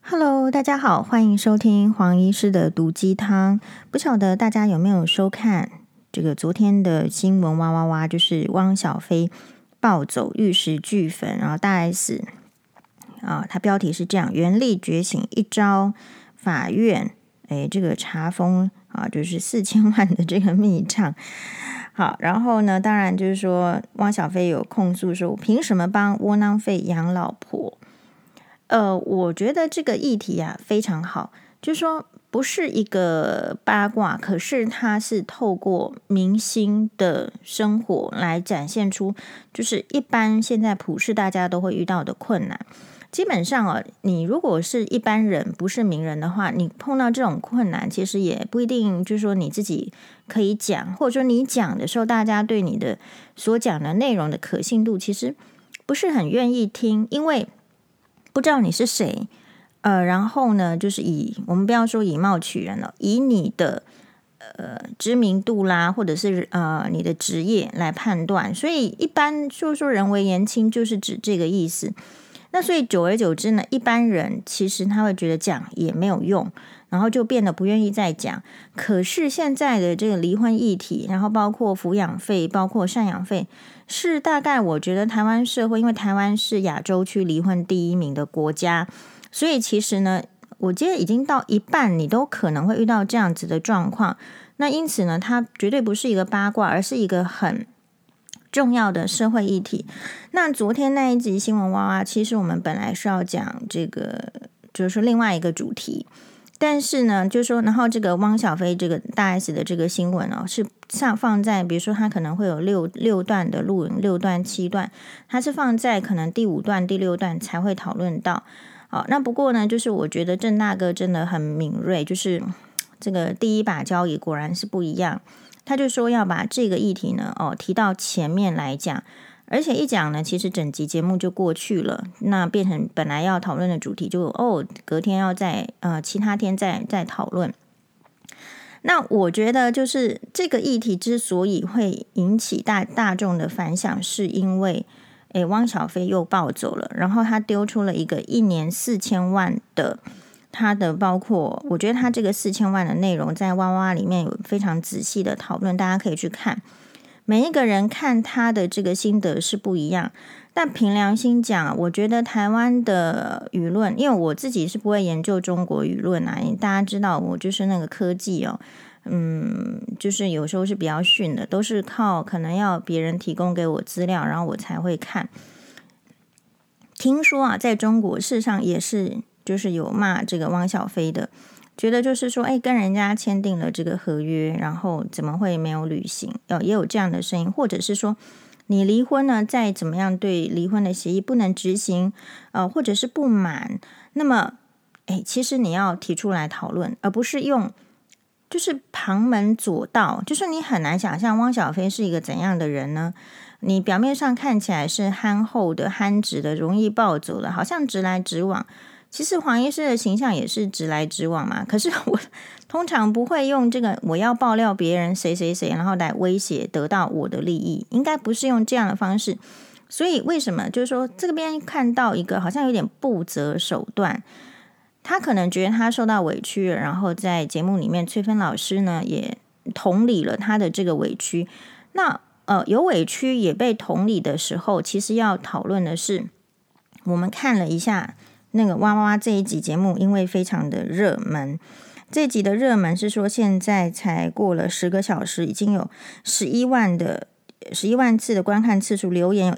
Hello，大家好，欢迎收听黄医师的毒鸡汤。不晓得大家有没有收看这个昨天的新闻哇哇哇，就是汪小菲暴走玉石俱焚，然后大 S 它标题是这样：原力觉醒一招，法院这个查封就是4000万的这个密账。好，然后呢，当然就是说汪小菲有控诉说，我凭什么帮窝囊废养老婆？我觉得这个议题非常好，就是说不是一个八卦，可是它是透过明星的生活来展现出，就是一般现在普世大家都会遇到的困难。基本上你如果是一般人，不是名人的话，你碰到这种困难，其实也不一定就是说你自己可以讲，或者说你讲的时候，大家对你的所讲的内容的可信度其实不是很愿意听，因为不知道你是谁，然后呢，就是我们不要说以貌取人了，以你的知名度啦，或者是你的职业来判断，所以一般就是说人为言轻，就是指这个意思。那所以久而久之呢，一般人其实他会觉得讲也没有用，然后就变得不愿意再讲。可是现在的这个离婚议题，然后包括抚养费，包括赡养费，是大概我觉得台湾社会，因为台湾是亚洲区离婚第1名的国家，所以其实呢，我觉得已经到一半，你都可能会遇到这样子的状况。那因此呢，它绝对不是一个八卦，而是一个很重要的社会议题。那昨天那一集新闻哇哇，其实我们本来是要讲这个，就是说另外一个主题，但是呢，就是说，然后这个汪小菲这个大 S 的这个新闻是放在，比如说他可能会有六段的录影，6段、7段，它是放在可能第5段、第6段才会讨论到。好，那不过呢，就是我觉得郑大哥真的很敏锐，就是这个第一把交椅果然是不一样。他就说要把这个议题呢，提到前面来讲，而且一讲呢，其实整集节目就过去了，那变成本来要讨论的主题就隔天要在其他天再讨论。那我觉得就是这个议题之所以会引起大众的反响，是因为汪小菲又暴走了，然后他丢出了一个1年4000万的。他的包括，我觉得他这个4000万的内容在哇哇里面有非常仔细的讨论，大家可以去看。每一个人看他的这个心得是不一样，但凭良心讲，我觉得台湾的舆论，因为我自己是不会研究中国舆论大家知道我就是那个科技就是有时候是比较逊的，都是靠可能要别人提供给我资料，然后我才会看。听说在中国事实上也是。就是有骂这个汪小菲的，觉得就是说，跟人家签订了这个合约，然后怎么会没有履行？也有这样的声音，或者是说，你离婚呢，再怎么样对离婚的协议不能执行，或者是不满，那么，其实你要提出来讨论，而不是用就是旁门左道，就是你很难想象汪小菲是一个怎样的人呢？你表面上看起来是憨厚的、憨直的、容易暴走的，好像直来直往。其实黄医师的形象也是直来直往嘛，可是我通常不会用这个我要爆料别人谁谁谁，然后来威胁得到我的利益，应该不是用这样的方式。所以为什么就是说这边看到一个好像有点不择手段，他可能觉得他受到委屈了，然后在节目里面翠芬老师呢也同理了他的这个委屈。那有委屈也被同理的时候，其实要讨论的是，我们看了一下那个哇哇哇这一集节目，因为非常的热门，这一集的热门是说现在才过了10个小时，已经有11万次的观看次数，留言有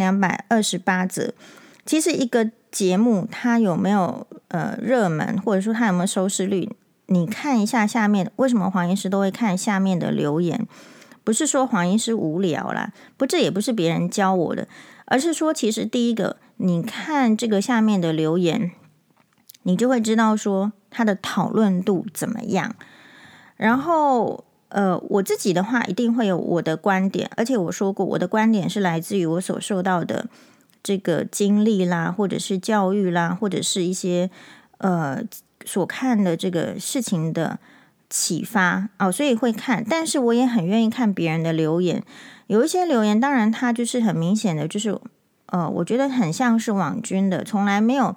1228则。其实一个节目它有没有热门，或者说它有没有收视率，你看一下下面，为什么黄医师都会看下面的留言？不是说黄医师无聊啦，这也不是别人教我的，而是说其实第一个，你看这个下面的留言，你就会知道说它的讨论度怎么样。然后我自己的话一定会有我的观点，而且我说过我的观点是来自于我所受到的这个经历啦，或者是教育啦，或者是一些所看的这个事情的启发所以会看，但是我也很愿意看别人的留言。有一些留言当然它就是很明显的就是我觉得很像是网军的，从来没有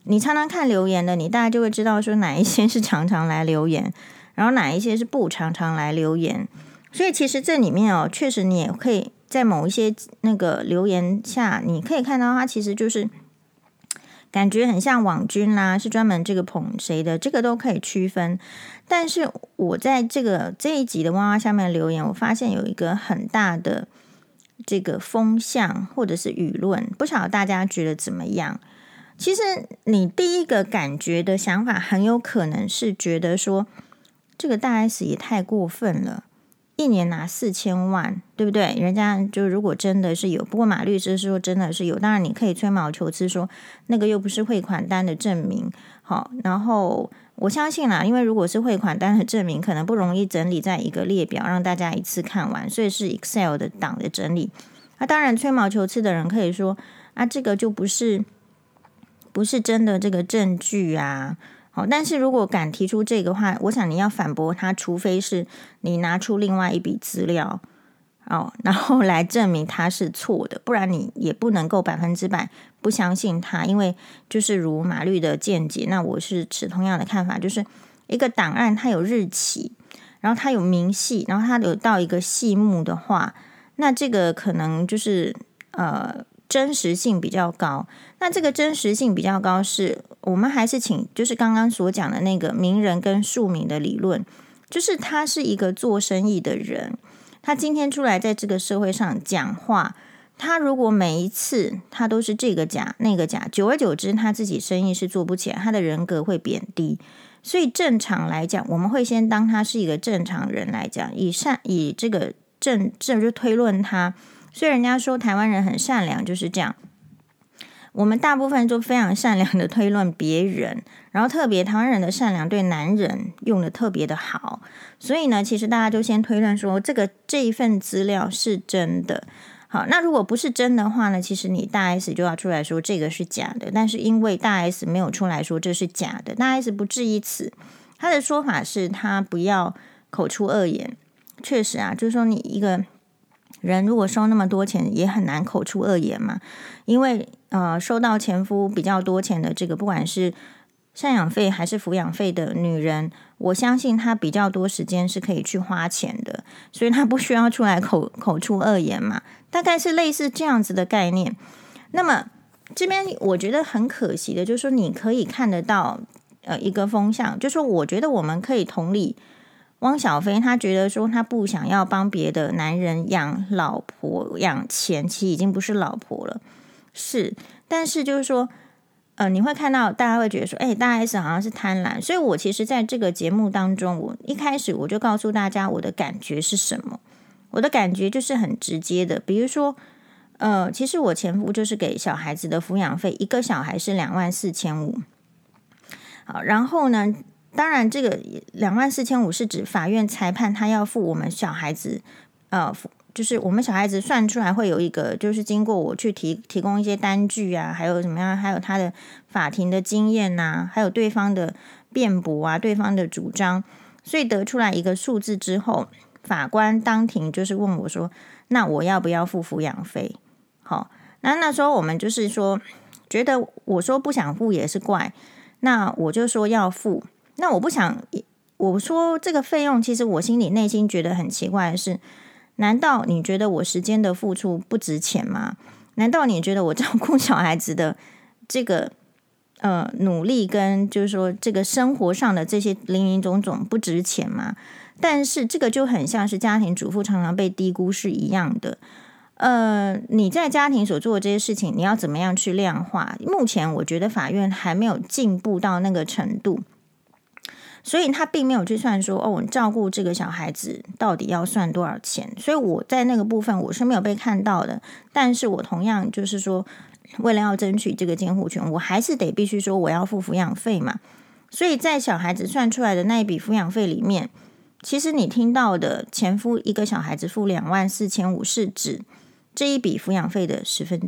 你常常看留言的，你大概就会知道说哪一些是常常来留言，然后哪一些是不常常来留言。所以其实这里面哦，确实你也可以在某一些那个留言下，你可以看到它其实就是感觉很像网军啦，是专门这个捧谁的，这个都可以区分。但是我在这一集的哇哇下面留言，我发现有一个很大的这个风向或者是舆论，不晓得大家觉得怎么样？其实你第一个感觉的想法很有可能是觉得说，这个大 S 也太过分了，一年拿4000万，对不对？人家就如果真的是有，不过马律师说真的是有，当然你可以吹毛求疵说那个又不是汇款单的证明，好，然后我相信啦，因为如果是汇款单的证明，可能不容易整理在一个列表让大家一次看完，所以是 Excel 的档的整理。当然吹毛求疵的人可以说这个就不是真的这个证据啊。好，但是如果敢提出这个话，我想你要反驳他，除非是你拿出另外一笔资料然后来证明他是错的，不然你也不能够100%不相信他。因为就是如马律的见解，那我是持同样的看法，就是一个档案它有日期，然后它有明细，然后它有到一个细目的话，那这个可能就是真实性比较高。那这个真实性比较高是我们还是请就是刚刚所讲的那个名人跟庶民的理论，就是他是一个做生意的人，他今天出来在这个社会上讲话，他如果每一次他都是这个假那个假，久而久之他自己生意是做不起来，他的人格会贬低。所以正常来讲，我们会先当他是一个正常人来讲，以这个正就推论他。所以人家说台湾人很善良，就是这样。我们大部分都非常善良的推论别人，然后特别台湾人的善良对男人用的特别的好，所以呢，其实大家就先推论说这一份资料是真的。好，那如果不是真的话呢，其实你大 S 就要出来说这个是假的，但是因为大 S 没有出来说这是假的，大 S 不质疑此，他的说法是他不要口出恶言。确实啊，就是说你一个人如果收那么多钱，也很难口出恶言嘛。因为收到前夫比较多钱的这个，不管是赡养费还是抚养费的女人，我相信她比较多时间是可以去花钱的，所以她不需要出来口出恶言嘛，大概是类似这样子的概念。那么这边我觉得很可惜的，就是说你可以看得到一个风向，就是说我觉得我们可以同理汪小菲，他觉得说他不想要帮别的男人养老婆养钱，其实已经不是老婆了，是，但是就是说你会看到大家会觉得说大 S 好像是贪婪。所以我其实在这个节目当中，我一开始我就告诉大家我的感觉是什么。我的感觉就是很直接的，比如说其实我前夫就是给小孩子的抚养费，一个小孩是24500。好，然后呢，当然这个24500是指法院裁判他要付我们小孩子就是我们小孩子算出来会有一个，就是经过我去提供一些单据啊，还有怎么样，还有他的法庭的经验啊，还有对方的辩驳啊，对方的主张，所以得出来一个数字之后，法官当庭就是问我说，那我要不要付抚养费？好，那时候我们就是说觉得我说不想付也是怪，那我就说要付。那我不想，我说这个费用，其实我心里内心觉得很奇怪的是，难道你觉得我时间的付出不值钱吗？难道你觉得我照顾小孩子的这个努力跟就是说这个生活上的这些林林总总不值钱吗？但是这个就很像是家庭主妇常常被低估是一样的。你在家庭所做的这些事情，你要怎么样去量化？目前我觉得法院还没有进步到那个程度。所以他并没有去算说你照顾这个小孩子到底要算多少钱，所以我在那个部分我是没有被看到的。但是我同样就是说，为了要争取这个监护权，我还是得必须说我要付抚养费嘛。所以在小孩子算出来的那一笔抚养费里面，其实你听到的前夫一个小孩子付24500是指这一笔抚养费的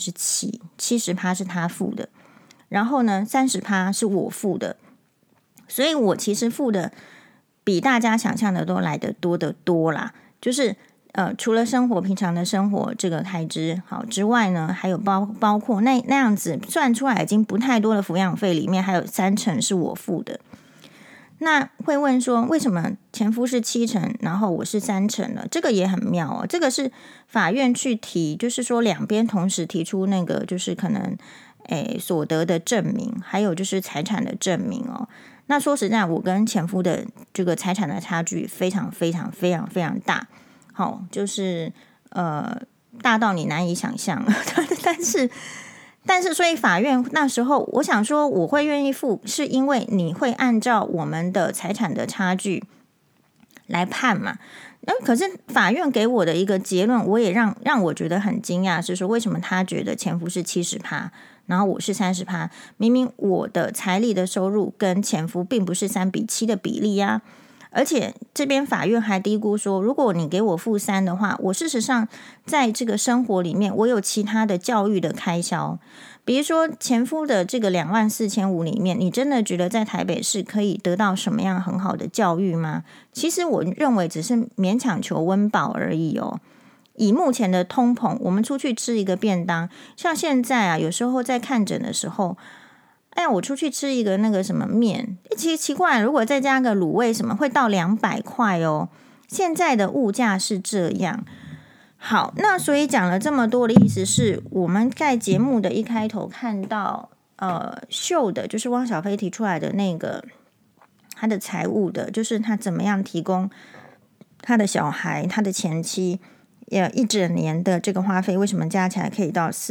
7%，70%是他付的，然后呢30%是我付的。所以我其实付的比大家想象的都来得多得多啦，就是除了平常的生活这个开支好之外呢，还有包括那样子算出来已经不太多的抚养费里面，还有30%是我付的。那会问说，为什么前夫是7%，然后我是3%呢？这个也很妙哦。这个是法院去提，就是说两边同时提出那个，就是可能所得的证明，还有就是财产的证明哦。那说实在，我跟前夫的这个财产的差距非常非常非常非常大，好，就是大到你难以想象。但是，所以法院那时候，我想说我会愿意付，是因为你会按照我们的财产的差距来判嘛。可是法院给我的一个结论，我也让我觉得很惊讶，是说为什么他觉得前夫是70%，然后我是30%，明明我的财力的收入跟前夫并不是3:7的比例啊。而且这边法院还低估说，如果你给我负3的话，我事实上在这个生活里面，我有其他的教育的开销，比如说前夫的这个24,500里面，你真的觉得在台北市可以得到什么样很好的教育吗？其实我认为只是勉强求温饱而已哦。以目前的通膨，我们出去吃一个便当，像现在啊，有时候在看诊的时候，我出去吃一个那个什么面，其实奇怪，如果再加个卤味什么，会到200块哦。现在的物价是这样。好，那所以讲了这么多的意思是，我们在节目的一开头看到秀的，就是汪小菲提出来的那个他的财务的，就是他怎么样提供他的小孩、他的前妻一整年的这个花费，为什么加起来可以到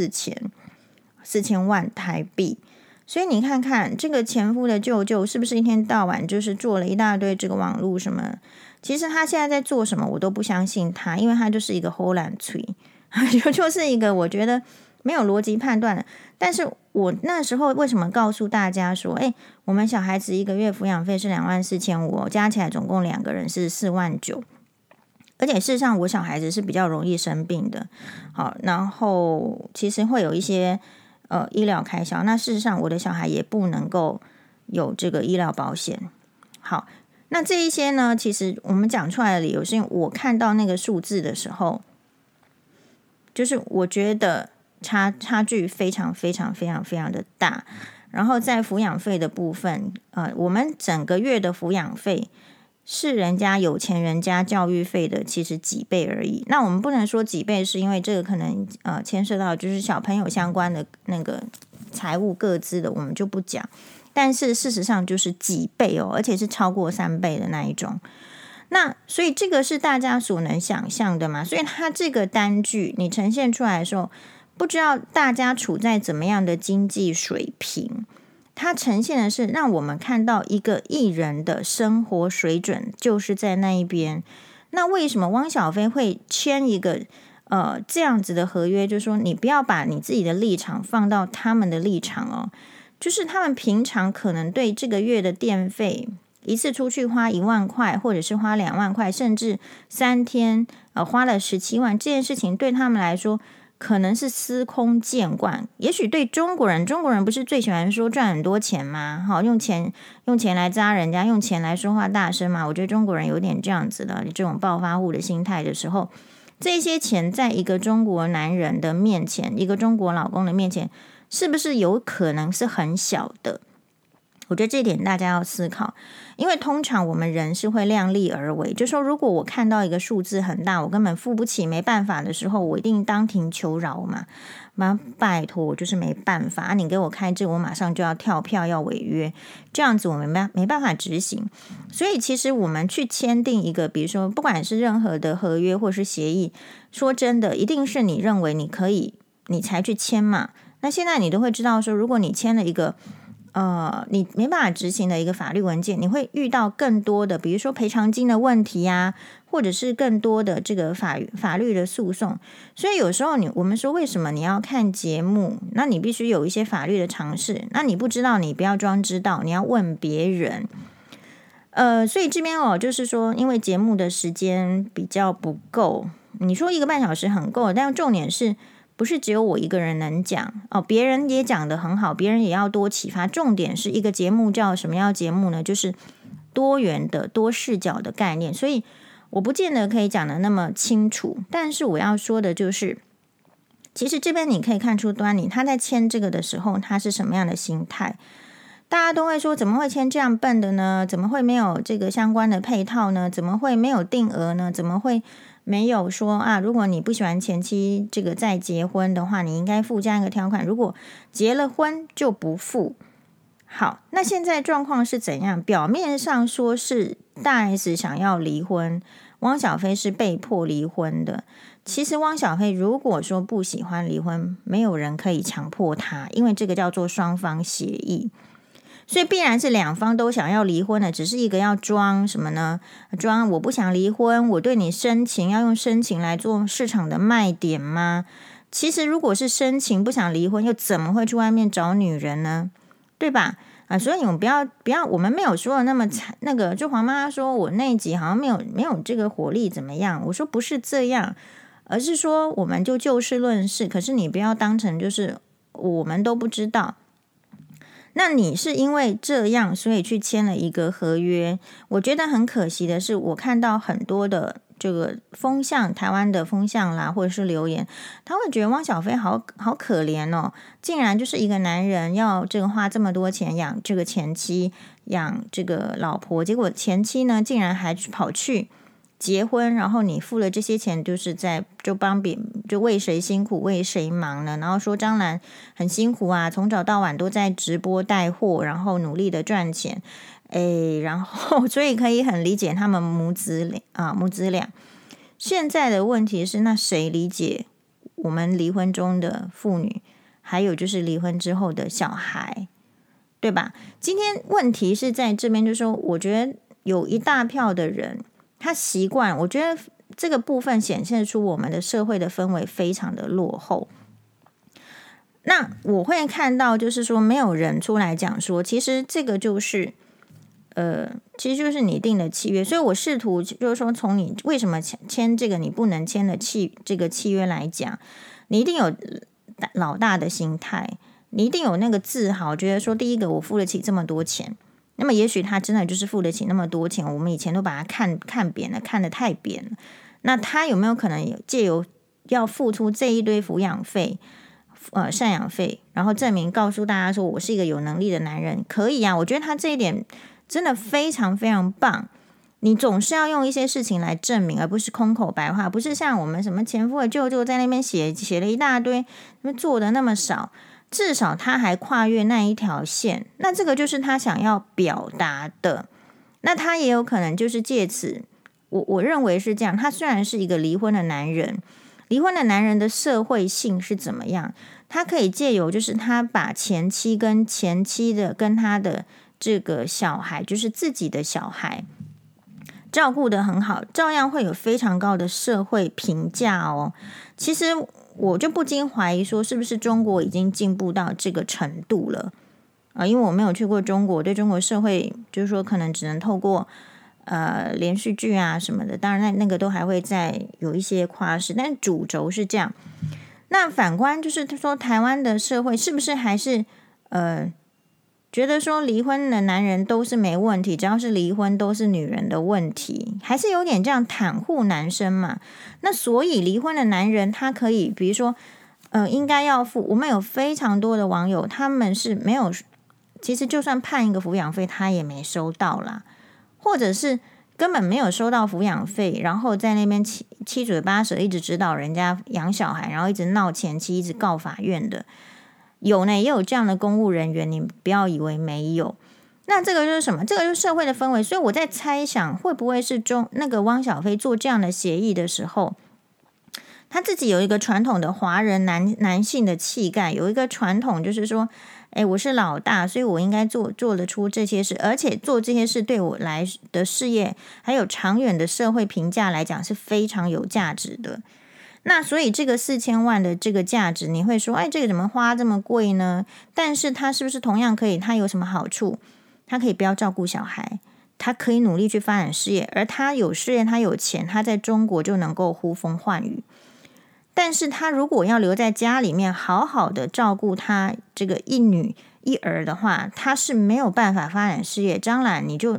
4000万台币？所以你看看这个前夫的舅舅是不是一天到晚就是做了一大堆这个网络什么？其实他现在在做什么我都不相信他，因为他就是一个唬烂嘴，就是一个我觉得没有逻辑判断的。但是我那时候为什么告诉大家说，我们小孩子一个月抚养费是24,500，加起来总共2个人是49000，而且事实上我小孩子是比较容易生病的，好，然后其实会有一些医疗开销，那事实上我的小孩也不能够有这个医疗保险。好，那这一些呢，其实我们讲出来的理由是因为我看到那个数字的时候，就是我觉得差距非常非常非常非常的大。然后在抚养费的部分，我们整个月的抚养费是人家有钱人家教育费的其实几倍而已。那我们不能说几倍，是因为这个可能牵涉到就是小朋友相关的那个财务各资的，我们就不讲。但是事实上就是几倍哦，而且是超过3倍的那一种。那所以这个是大家所能想象的嘛？所以它这个单据你呈现出来的时候，不知道大家处在怎么样的经济水平。它呈现的是让我们看到一个艺人的生活水准就是在那一边。那为什么汪小菲会签一个这样子的合约？就是说你不要把你自己的立场放到他们的立场哦。就是他们平常可能对这个月的电费一次出去花1万块，或者是花2万块，甚至3天花了17万，这件事情对他们来说可能是司空见惯。也许对中国人不是最喜欢说赚很多钱吗？好，用钱来扎人家，用钱来说话大声嘛。我觉得中国人有点这样子的这种暴发户的心态的时候，这些钱在一个中国男人的面前，一个中国老公的面前，是不是有可能是很小的？我觉得这点大家要思考，因为通常我们人是会量力而为，就说如果我看到一个数字很大，我根本付不起，没办法的时候，我一定当庭求饶嘛。拜托，我就是没办法你给我开这，我马上就要跳票，要违约，这样子我没办法执行。所以其实我们去签订一个，比如说不管是任何的合约或是协议，说真的，一定是你认为你可以，你才去签嘛。那现在你都会知道说，如果你签了一个你没办法执行的一个法律文件，你会遇到更多的，比如说赔偿金的问题啊，或者是更多的这个法律的诉讼。所以有时候我们说为什么你要看节目，那你必须有一些法律的常识，那你不知道你不要装知道，你要问别人。所以这边就是说因为节目的时间比较不够，你说1个半小时很够，但重点是不是只有我一个人能讲别人也讲得很好，别人也要多启发。重点是一个节目叫什么样节目呢？就是多元的多视角的概念。所以我不见得可以讲得那么清楚，但是我要说的就是，其实这边你可以看出端倪，他在签这个的时候，他是什么样的心态？大家都会说，怎么会签这样笨的呢？怎么会没有这个相关的配套呢？怎么会没有定额呢？怎么会没有说啊？如果你不喜欢前妻这个再结婚的话，你应该附加一个条款，如果结了婚就不付。好，那现在状况是怎样？表面上说是大 S 想要离婚，汪小菲是被迫离婚的。其实汪小菲如果说不喜欢离婚，没有人可以强迫他，因为这个叫做双方协议。所以必然是两方都想要离婚的，只是一个要装什么呢？装我不想离婚，我对你深情，要用深情来做市场的卖点吗？其实如果是深情不想离婚，又怎么会去外面找女人呢？对吧？所以我们不要，我们没有说的那么惨。那个就黄妈妈说我那一集好像没有这个火力怎么样？我说不是这样，而是说我们就事论事。可是你不要当成就是我们都不知道。那你是因为这样，所以去签了一个合约。我觉得很可惜的是，我看到很多的这个风向，台湾的风向啦，或者是留言，他会觉得汪小菲好可怜哦，竟然就是一个男人要这个花这么多钱养这个前妻，养这个老婆，结果前妻呢，竟然还跑去结婚，然后你付了这些钱，就是就为谁辛苦为谁忙呢？然后说张兰很辛苦啊，从早到晚都在直播带货，然后努力的赚钱，然后所以可以很理解他们母子俩。现在的问题是，那谁理解我们离婚中的妇女，还有就是离婚之后的小孩，对吧？今天问题是在这边，就是说，我觉得有一大票的人。他习惯，我觉得这个部分显现出我们的社会的氛围非常的落后。那我会看到，就是说没有人出来讲说，其实这个就是其实就是你定的契约。所以我试图就是说，从你为什么签这个你不能签的这个契约来讲，你一定有老大的心态，你一定有那个自豪，觉得说第一个我付得起这么多钱。那么也许他真的就是付得起那么多钱，我们以前都把他看扁了，看得太扁了。那他有没有可能借由要付出这一堆抚养费、赡养费，然后证明告诉大家说我是一个有能力的男人？可以啊，我觉得他这一点真的非常非常棒。你总是要用一些事情来证明，而不是空口白话，不是像我们什么前夫的舅舅在那边写了一大堆，做的那么少。至少他还跨越那一条线，那这个就是他想要表达的。那他也有可能就是借此，我认为是这样。他虽然是一个离婚的男人，离婚的男人的社会性是怎么样？他可以借由就是他把前妻跟他的这个小孩，就是自己的小孩照顾得很好，照样会有非常高的社会评价哦。其实我就不禁怀疑说，是不是中国已经进步到这个程度了啊？因为我没有去过中国，对中国社会就是说，可能只能透过连续剧啊什么的，当然那个都还会再有一些夸饰，但主轴是这样。那反观就是说，台湾的社会是不是还是觉得说离婚的男人都是没问题，只要是离婚都是女人的问题，还是有点这样袒护男生嘛？那所以离婚的男人他可以，比如说应该要付。我们有非常多的网友，他们是没有，其实就算判一个抚养费，他也没收到啦，或者是根本没有收到抚养费，然后在那边七嘴八舌，一直指导人家养小孩，然后一直闹前妻，一直告法院的。有呢，也有这样的公务人员，你不要以为没有。那这个就是什么？这个就是社会的氛围。所以我在猜想，会不会是那个汪小菲做这样的协议的时候，他自己有一个传统的华人男性的气概，有一个传统就是说，我是老大，所以我应该做得出这些事，而且做这些事对我来的事业还有长远的社会评价来讲是非常有价值的。那所以这个4000万的这个价值，你会说，这个怎么花这么贵呢？但是他是不是同样可以？他有什么好处？他可以不要照顾小孩，他可以努力去发展事业，而他有事业，他有钱，他在中国就能够呼风唤雨。但是他如果要留在家里面，好好的照顾他这个一女一儿的话，他是没有办法发展事业。张兰，你就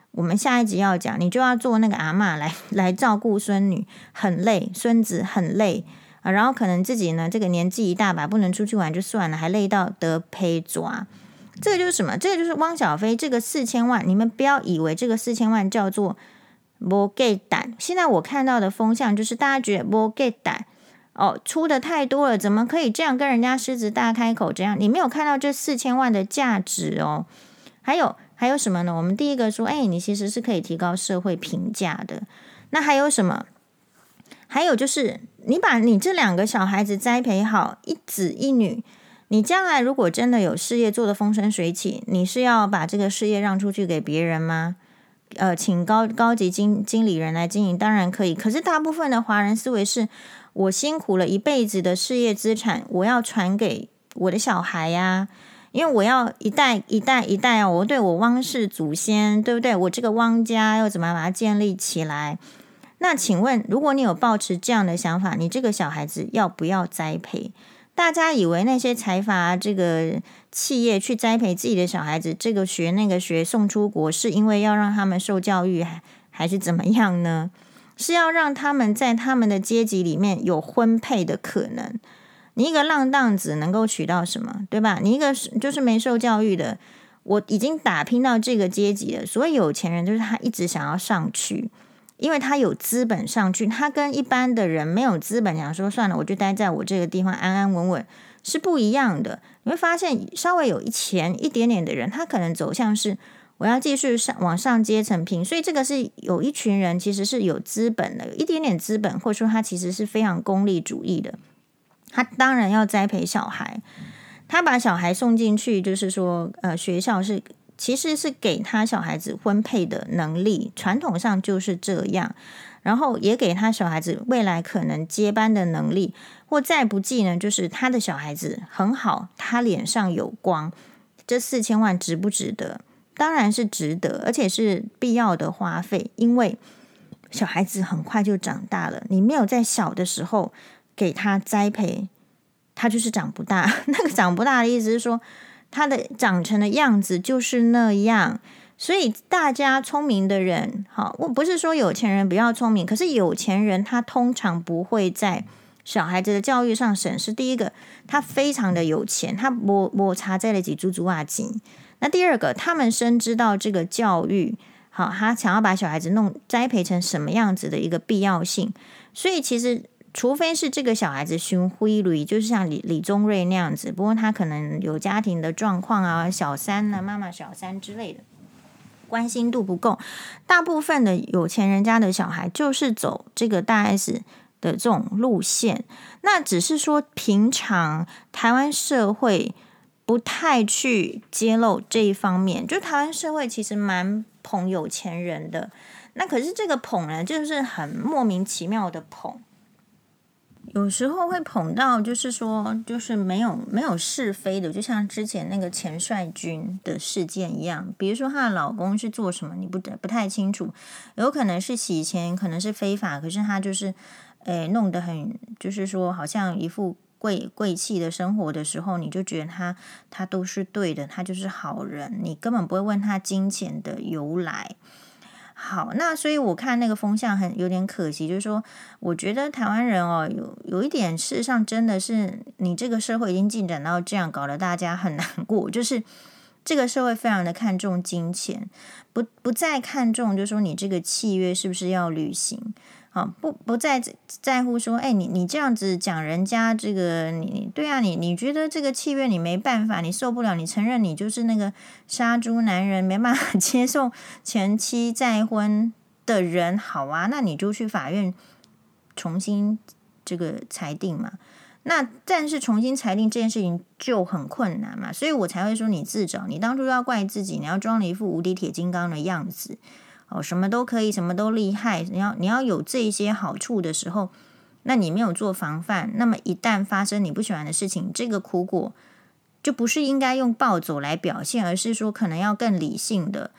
我们下一集要讲，你就要做那个阿嬷来照顾孙女，很累，孙子很累啊，然后可能自己呢这个年纪一大把，不能出去玩就算了，还累到得胚抓。这个就是什么？这个就是汪小菲这个4000万，你们不要以为这个4000万叫做没给胆。现在我看到的风向就是大家觉得没给胆出的太多了，怎么可以这样跟人家狮子大开口？这样你没有看到这4000万的价值哦。还有什么呢？我们第一个说，你其实是可以提高社会评价的。那还有什么？还有就是你把你这2个小孩子栽培好，一子一女，你将来如果真的有事业做得风生水起，你是要把这个事业让出去给别人吗？请高级经理人来经营，当然可以。可是大部分的华人思维是，我辛苦了一辈子的事业资产，我要传给我的小孩呀，因为我要一代一代一代我对我汪氏祖先，对不对？我这个汪家要怎么把它建立起来？那请问，如果你有抱持这样的想法，你这个小孩子要不要栽培？大家以为那些财阀这个企业去栽培自己的小孩子，这个学那个学送出国，是因为要让他们受教育，还是怎么样呢？是要让他们在他们的阶级里面有婚配的可能。你一个浪荡子能够娶到什么，对吧？你一个就是没受教育的，我已经打拼到这个阶级了。所以有钱人就是他一直想要上去，因为他有资本上去，他跟一般的人没有资本，想说算了，我就待在我这个地方安安稳稳，是不一样的。你会发现，稍微有钱一点点的人，他可能走向是我要继续往上阶层拼。所以这个是有一群人其实是有资本的，有一点点资本，或者说他其实是非常功利主义的。他当然要栽培小孩，他把小孩送进去，就是说，学校其实是给他小孩子婚配的能力，传统上就是这样，然后也给他小孩子未来可能接班的能力，或再不济呢，就是他的小孩子很好，他脸上有光，这4000万值不值得？当然是值得，而且是必要的花费，因为小孩子很快就长大了，你没有在小的时候给他栽培，他就是长不大。那个长不大的意思是说，他的长成的样子就是那样。所以大家聪明的人，好，我不是说有钱人不要聪明，可是有钱人他通常不会在小孩子的教育上省事。第一个，他非常的有钱，他没差在了几猪猪啊金。那第二个，他们深知到这个教育，好，他想要把小孩子栽培成什么样子的一个必要性。所以其实除非是这个小孩子循灰驴，就是像李宗瑞那样子，不过他可能有家庭的状况啊，小三啊，妈妈小三之类的，关心度不够。大部分的有钱人家的小孩就是走这个大 S 的这种路线，那只是说平常台湾社会不太去揭露这一方面，就台湾社会其实蛮捧有钱人的，那可是这个捧呢，就是很莫名其妙的捧。有时候会捧到，就是说，就是没有是非的，就像之前那个钱帅君的事件一样。比如说，她的老公是做什么，你不太清楚，有可能是洗钱，可能是非法，可是他就是，弄得很，就是说，好像一副贵气的生活的时候，你就觉得他都是对的，他就是好人，你根本不会问他金钱的由来。好，那所以我看那个风向有点可惜，就是说，我觉得台湾人有一点，事实上真的是你这个社会已经进展到这样，搞得大家很难过，就是这个社会非常的看重金钱，不再看重，就是说你这个契约是不是要履行。好，不再在乎说，你这样子讲人家这个，对啊，你觉得这个契约你没办法，你受不了，你承认你就是那个杀猪男人，没办法接受前妻再婚的人，好啊，那你就去法院重新这个裁定嘛。那但是重新裁定这件事情就很困难嘛，所以我才会说你自找，你当初要怪自己，你要装了一副无敌铁金刚的样子。什么都可以，什么都厉害。你要有这些好处的时候，那你没有做防范，那么一旦发生你不喜欢的事情，这个苦果就不是应该用暴走来表现，而是说可能要更理性的，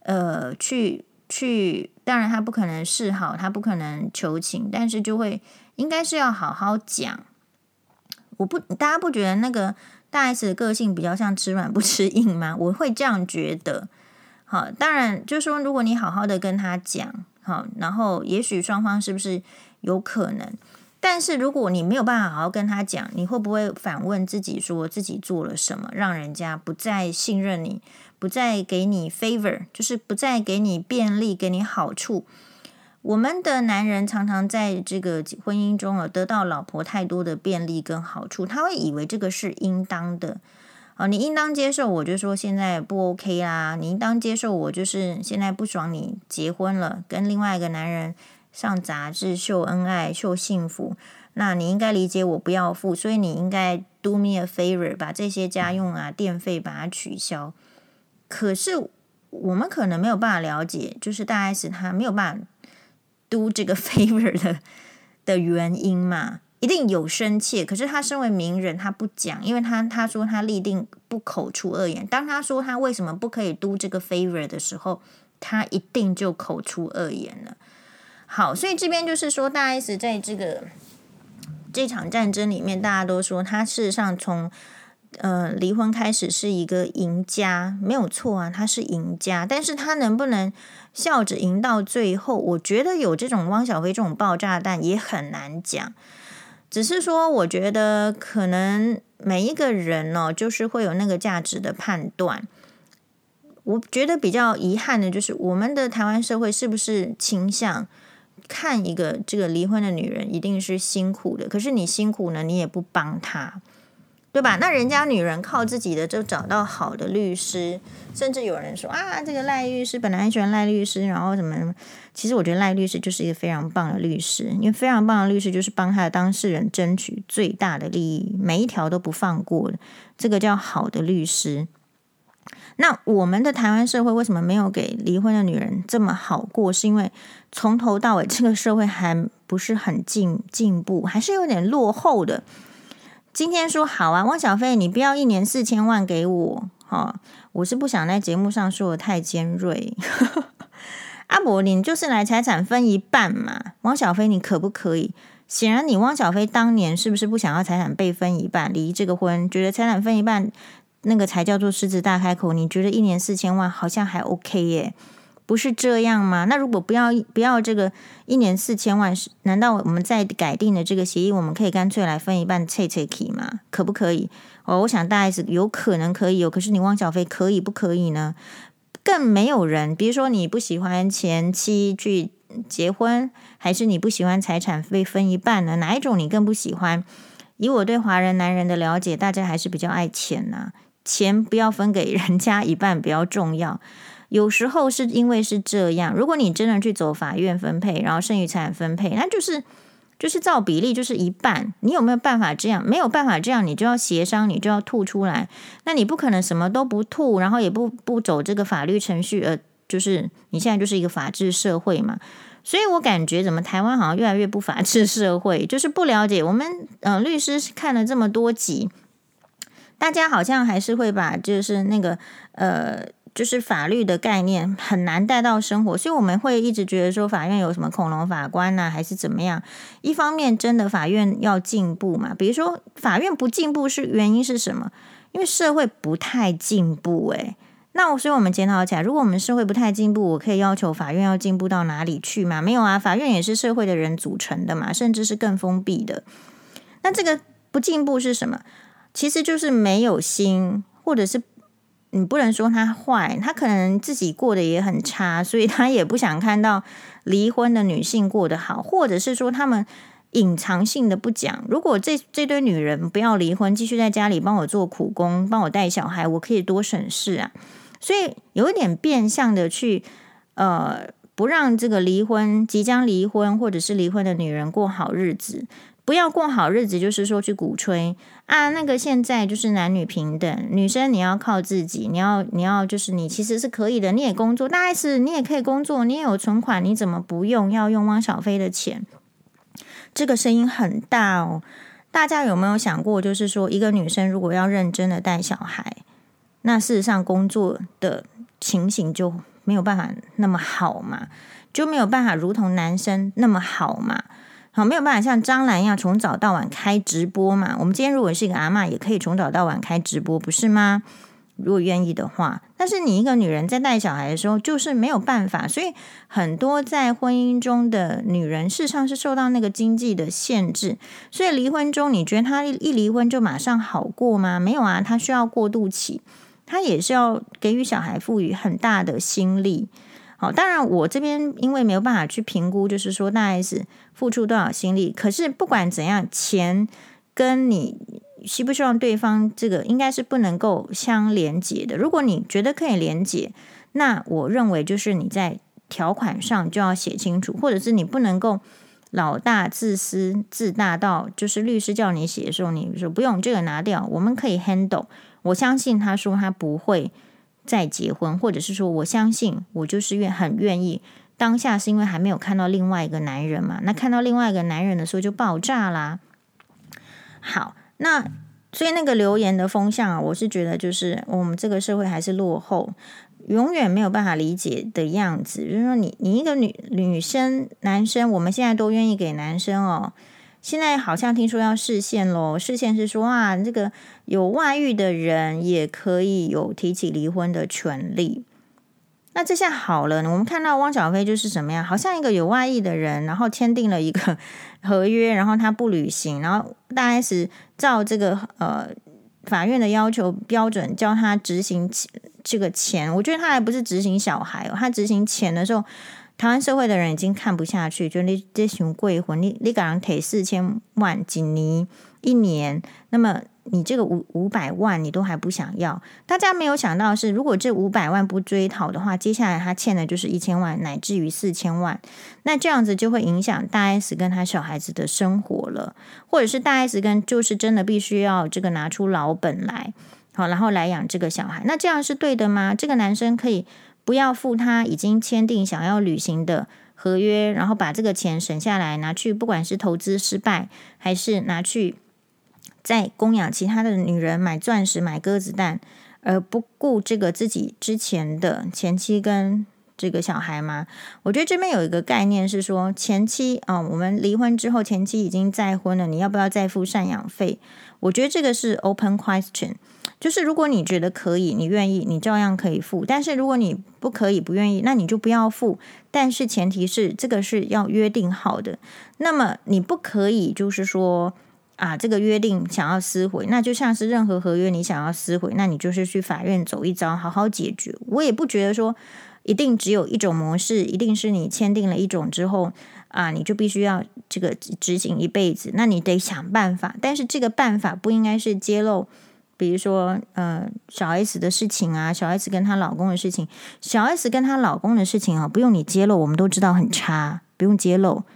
去，当然他不可能示好，他不可能求情，但是就会应该是要好好讲。大家不觉得那个大 S 的个性比较像吃软不吃硬吗？我会这样觉得。 好，当然就是说，如果你好好的跟他讲，好，然后也许双方是不是有可能？但是如果你没有办法好好跟他讲，你会不会反问自己，说自己做了什么，让人家不再信任你，不再给你 favor， 就是不再给你便利，给你好处？我们的男人常常在这个婚姻中得到老婆太多的便利跟好处，他会以为这个是应当的。你应当接受我，就说现在不 OK 啦。你应当接受我，就是现在不爽你结婚了，跟另外一个男人上杂志秀恩爱、秀幸福。那你应该理解我不要付，所以你应该 do me a favor， 把这些家用啊、电费把它取消。可是我们可能没有办法了解，就是大 S 他没有办法 do 这个 favor 的原因嘛。一定有深切，可是他身为名人，他不讲，因为他说他立定不口出恶言。当他说他为什么不可以do这个 favor 的时候，他一定就口出恶言了。好，所以这边就是说，大 S 在这场战争里面，大家都说他事实上从离婚开始是一个赢家，没有错啊，他是赢家，但是他能不能笑着赢到最后，我觉得有这种汪小菲这种爆炸弹也很难讲。只是说，我觉得可能每一个人就是会有那个价值的判断。我觉得比较遗憾的就是，我们的台湾社会是不是倾向看一个这个离婚的女人一定是辛苦的，可是你辛苦呢，你也不帮她，对吧？那人家女人靠自己的就找到好的律师，甚至有人说啊，这个赖律师本来很喜欢赖律师，然后什么什么。其实我觉得赖律师就是一个非常棒的律师，因为非常棒的律师就是帮他的当事人争取最大的利益，每一条都不放过的，这个叫好的律师。那我们的台湾社会为什么没有给离婚的女人这么好过？是因为从头到尾这个社会还不是很进步，还是有点落后的。今天说好啊，汪小菲，你不要1年4000万给我，我是不想在节目上说的太尖锐。阿伯，你就是来财产分一半嘛？汪小菲，你可不可以？显然，你汪小菲当年是不是不想要财产被分一半，离这个婚，觉得财产分一半那个才叫做狮子大开口？你觉得1年4000万好像还 OK 耶？不是这样吗？那如果不要这个1年4000万，难道我们在改定的这个协议，我们可以干脆来分一半切吗？可不可以？我想大 S 有可能可以可是你汪小菲可以不可以呢？更没有人，比如说你不喜欢前妻去结婚，还是你不喜欢财产被分一半呢？哪一种你更不喜欢？以我对华人男人的了解，大家还是比较爱钱啊，钱不要分给人家一半比较重要。有时候是因为是这样，如果你真的去走法院分配，然后剩余财产分配，那就是照比例就是一半，你有没有办法这样？没有办法这样，你就要协商，你就要吐出来。那你不可能什么都不吐，然后也不走这个法律程序，就是你现在就是一个法治社会嘛。所以我感觉怎么台湾好像越来越不法治社会，就是不了解我们律师看了这么多集，大家好像还是会把就是那个就是法律的概念很难带到生活，所以我们会一直觉得说法院有什么恐龙法官还是怎么样。一方面真的法院要进步嘛，比如说法院不进步是原因是什么？因为社会不太进步那所以我们检讨起来，如果我们社会不太进步，我可以要求法院要进步到哪里去嘛？没有啊，法院也是社会的人组成的嘛，甚至是更封闭的。那这个不进步是什么？其实就是没有心，或者是你不能说他坏，他可能自己过得也很差，所以他也不想看到离婚的女性过得好，或者是说他们隐藏性的不讲。如果这堆女人不要离婚，继续在家里帮我做苦工，帮我带小孩，我可以多省事啊。所以有一点变相的去不让这个即将离婚或者是离婚的女人过好日子。不要过好日子，就是说去鼓吹那个现在就是男女平等，女生你要靠自己，你要就是你其实是可以的，你也工作，大 S 你也可以工作，你也有存款，你怎么不用要用汪小菲的钱？这个声音很大大家有没有想过，就是说一个女生如果要认真的带小孩，那事实上工作的情形就没有办法那么好嘛，就没有办法如同男生那么好嘛。好，没有办法像张兰一样从早到晚开直播嘛。我们今天如果是一个阿嬷，也可以从早到晚开直播，不是吗？ 如果愿意的话。但是你一个女人在带小孩的时候就是没有办法，所以很多在婚姻中的女人事实上是受到那个经济的限制，所以离婚中你觉得她一离婚就马上好过吗？没有啊，她需要过渡期，她也是要给予小孩赋予很大的心力。好，当然我这边因为没有办法去评估，就是说大 S 付出多少心力，可是不管怎样，钱跟你希不希望对方这个应该是不能够相连结的。如果你觉得可以连结，那我认为就是你在条款上就要写清楚，或者是你不能够老大自私自大到就是律师叫你写的时候你说不用这个拿掉，我们可以 handle。 我相信他说他不会再结婚，或者是说我相信我就是很愿意，当下是因为还没有看到另外一个男人嘛，那看到另外一个男人的时候就爆炸啦。好，那所以那个留言的风向我是觉得就是我们这个社会还是落后，永远没有办法理解的样子。就是说你一个女生男生，我们现在都愿意给男生现在好像听说要释宪咯，释宪是说这个有外遇的人也可以有提起离婚的权利。那这下好了，我们看到汪小菲就是什么样，好像一个有外遇的人，然后签订了一个合约，然后他不履行，然后大 S 照这个法院的要求标准叫他执行这个钱。我觉得他还不是执行小孩他执行钱的时候，台湾社会的人已经看不下去，就你这熊贵婚，你给人提4000万一年，那么你这个500万你都还不想要。大家没有想到的是，如果这500万不追讨的话，接下来他欠的就是1000万乃至于4000万，那这样子就会影响大 S 跟他小孩子的生活了，或者是大 S 就是真的必须要这个拿出老本来，好，然后来养这个小孩。那这样是对的吗？这个男生可以不要付他已经签订想要履行的合约，然后把这个钱省下来拿去，不管是投资失败还是拿去再供养其他的女人，买钻石买鸽子蛋，而不顾这个自己之前的前妻跟这个小孩吗？我觉得这边有一个概念是说，前妻我们离婚之后前妻已经再婚了，你要不要再付赡养费？我觉得这个是 open question， 就是如果你觉得可以，你愿意，你照样可以付，但是如果你不可以不愿意，那你就不要付，但是前提是这个是要约定好的。那么你不可以就是说这个约定想要撕毁，那就像是任何合约你想要撕毁，那你就是去法院走一遭好好解决。我也不觉得说一定只有一种模式，一定是你签订了一种之后你就必须要这个执行一辈子，那你得想办法，但是这个办法不应该是揭露比如说小 S 的事情小 S 跟她老公的事情。小 S 跟她老公的事情不用你揭露，我们都知道很差，不用揭露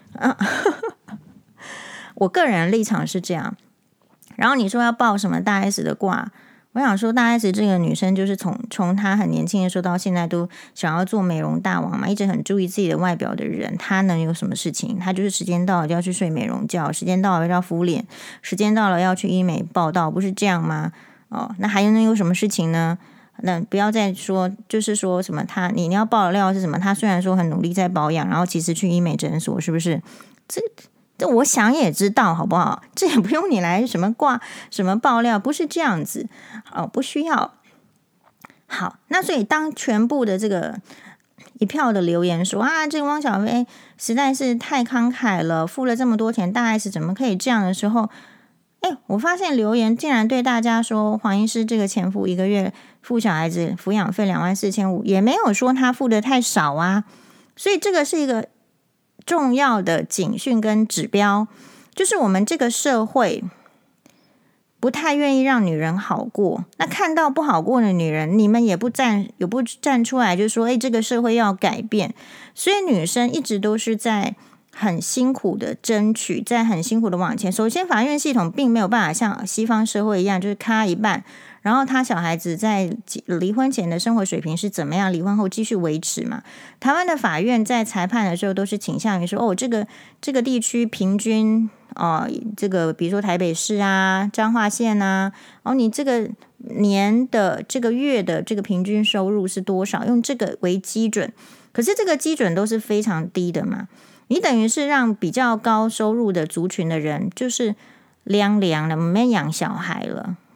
我个人的立场是这样。然后你说要报什么大 S 的卦，我想说大 S 这个女生就是从她很年轻的时候到现在都想要做美容大王嘛，一直很注意自己的外表的人，她能有什么事情？她就是时间到了就要去睡美容觉，时间到了要敷脸，时间到了要去医美报道，不是这样吗？那还能有什么事情呢？那不要再说就是说什么你要爆的料是什么？她虽然说很努力在保养，然后其实去医美诊所，是不是？这我想也知道好不好？这也不用你来什么挂什么爆料，不是这样子不需要。好，那所以当全部的这个一票的留言说这个汪小菲实在是太慷慨了，付了这么多钱，大 S 怎么可以这样的时候，我发现留言竟然对大家说黄医师这个前夫一个月付小孩子抚养费24500，也没有说他付的太少所以这个是一个重要的警讯跟指标，就是我们这个社会不太愿意让女人好过，那看到不好过的女人，你们也不站出来，就说这个社会要改变。所以女生一直都是在很辛苦的争取，在很辛苦的往前。首先法院系统并没有办法像西方社会一样就是咔一半，然后他小孩子在离婚前的生活水平是怎么样，离婚后继续维持嘛。台湾的法院在裁判的时候都是倾向于说这个地区平均这个比如说台北市彰化县你这个年的这个月的这个平均收入是多少，用这个为基准。可是这个基准都是非常低的嘛，你等于是让比较高收入的族群的人就是凉凉的没养小孩了，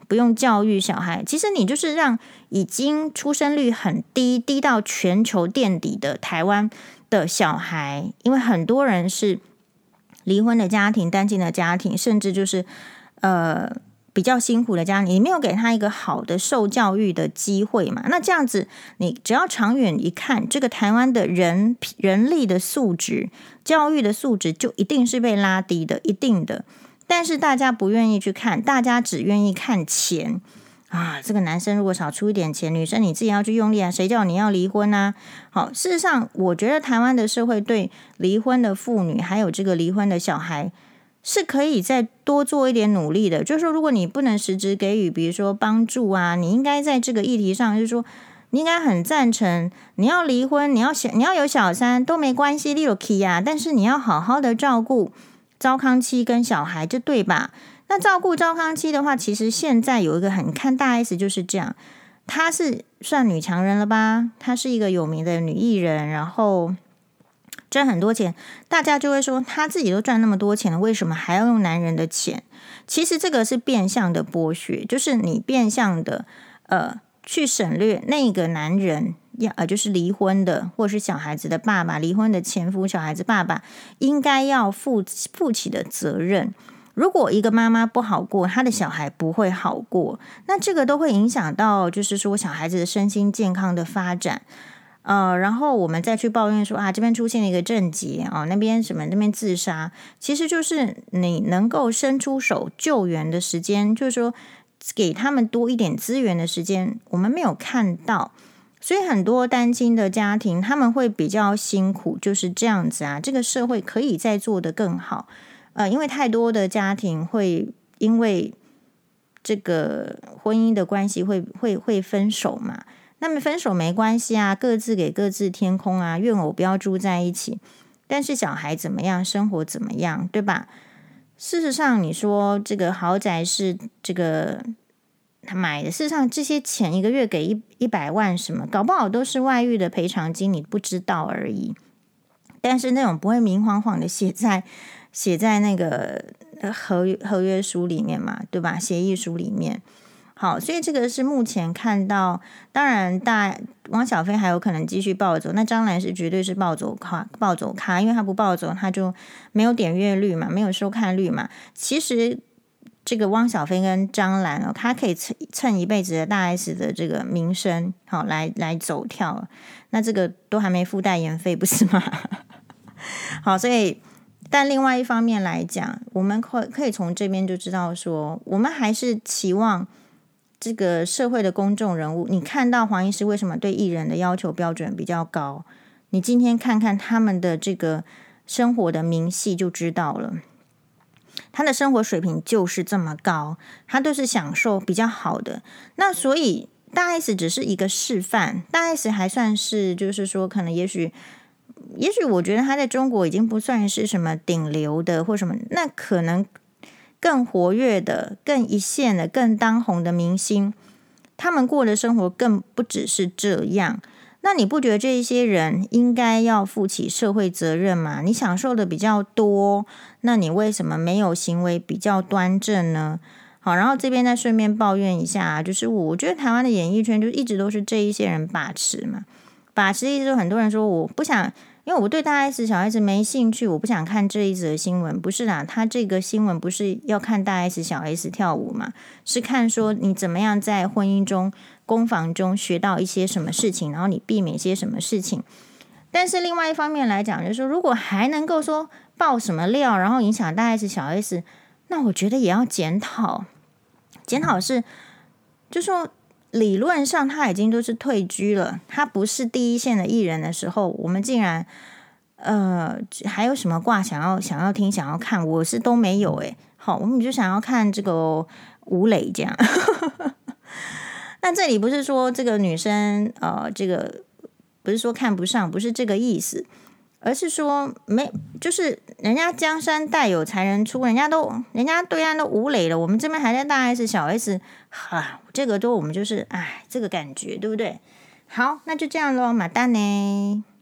不用教育小孩，其实你就是让已经出生率很低，低到全球垫底的台湾的小孩，因为很多人是离婚的家庭、单亲的家庭，甚至就是比较辛苦的家庭，你没有给他一个好的受教育的机会嘛？那这样子，你只要长远一看，这个台湾的人力的素质、教育的素质就一定是被拉低的，一定的。但是大家不愿意去看，大家只愿意看钱啊。这个男生如果少出一点钱，女生你自己要去用力啊，谁叫你要离婚啊？好，事实上，我觉得台湾的社会对离婚的妇女，还有这个离婚的小孩，是可以再多做一点努力的。就是说，如果你不能实质给予，比如说帮助啊，你应该在这个议题上，就是说，你应该很赞成，你要离婚，你要有小三都没关系，你有 key 啊，但是你要好好的照顾糟糠妻跟小孩，这对吧？那照顾糟糠妻的话，其实现在有一个很看大 S 就是这样，她是算女强人了吧？她是一个有名的女艺人，然后赚很多钱，大家就会说她自己都赚那么多钱了，为什么还要用男人的钱？其实这个是变相的剥削，就是你变相的去省略那个男人，就是离婚的或是小孩子的爸爸，离婚的前夫小孩子爸爸应该要负起的责任。如果一个妈妈不好过，她的小孩不会好过，那这个都会影响到就是说小孩子的身心健康的发展。然后我们再去抱怨说啊，这边出现了一个症结啊，那边什么那边自杀，其实就是你能够伸出手救援的时间，就是说给他们多一点资源的时间，我们没有看到，所以很多单亲的家庭他们会比较辛苦，就是这样子啊。这个社会可以再做得更好，因为太多的家庭会因为这个婚姻的关系会分手嘛。那么分手没关系啊，各自给各自天空啊，怨偶不要住在一起。但是小孩怎么样，生活怎么样，对吧？事实上，你说这个豪宅是这个他买的，事实上这些钱一个月给100万什么，搞不好都是外遇的赔偿金，你不知道而已。但是那种不会明晃晃的写在那个合约书里面嘛，对吧？协议书里面。好，所以这个是目前看到，当然汪小菲还有可能继续暴走，那张兰是绝对是暴走咖，因为他不暴走，他就没有点阅率嘛，没有收看率嘛。其实这个汪小菲跟张兰他可以蹭一辈子的大 S 的这个名声，好来走跳，那这个都还没付代言费，不是吗？好，所以但另外一方面来讲，我们可以从这边就知道说，我们还是期望这个社会的公众人物，你看到黄医师为什么对艺人的要求标准比较高，你今天看看他们的这个生活的明细就知道了，他的生活水平就是这么高，他都是享受比较好的。那所以大 S 只是一个示范，大 S 还算是就是说可能也许我觉得他在中国已经不算是什么顶流的或什么，那可能更活跃的、更一线的、更当红的明星，他们过的生活更不只是这样。那你不觉得这些人应该要负起社会责任吗？你享受的比较多，那你为什么没有行为比较端正呢？好，然后这边再顺便抱怨一下，就是我觉得台湾的演艺圈就一直都是这一些人把持嘛，把持一直很多人说我不想。因为我对大 S 小 S 没兴趣，我不想看这一则新闻。不是啦，他这个新闻不是要看大 S 小 S 跳舞嘛，是看说你怎么样在婚姻中、攻防中学到一些什么事情，然后你避免一些什么事情。但是另外一方面来讲，就是说如果还能够说爆什么料，然后影响大 S 小 S，那我觉得也要检讨。检讨是，就说理论上他已经都是退居了，他不是第一线的艺人的时候，我们竟然还有什么卦想要听想要看，我是都没有好，我们就想要看这个吴磊这样。那这里不是说这个女生这个不是说看不上，不是这个意思，而是说就是人家江山代有才人出，人家对岸都吴磊了，我们这边还在大 S 小 S， 这个都我们就是这个感觉对不对？好，那就这样咯，马蛋呢。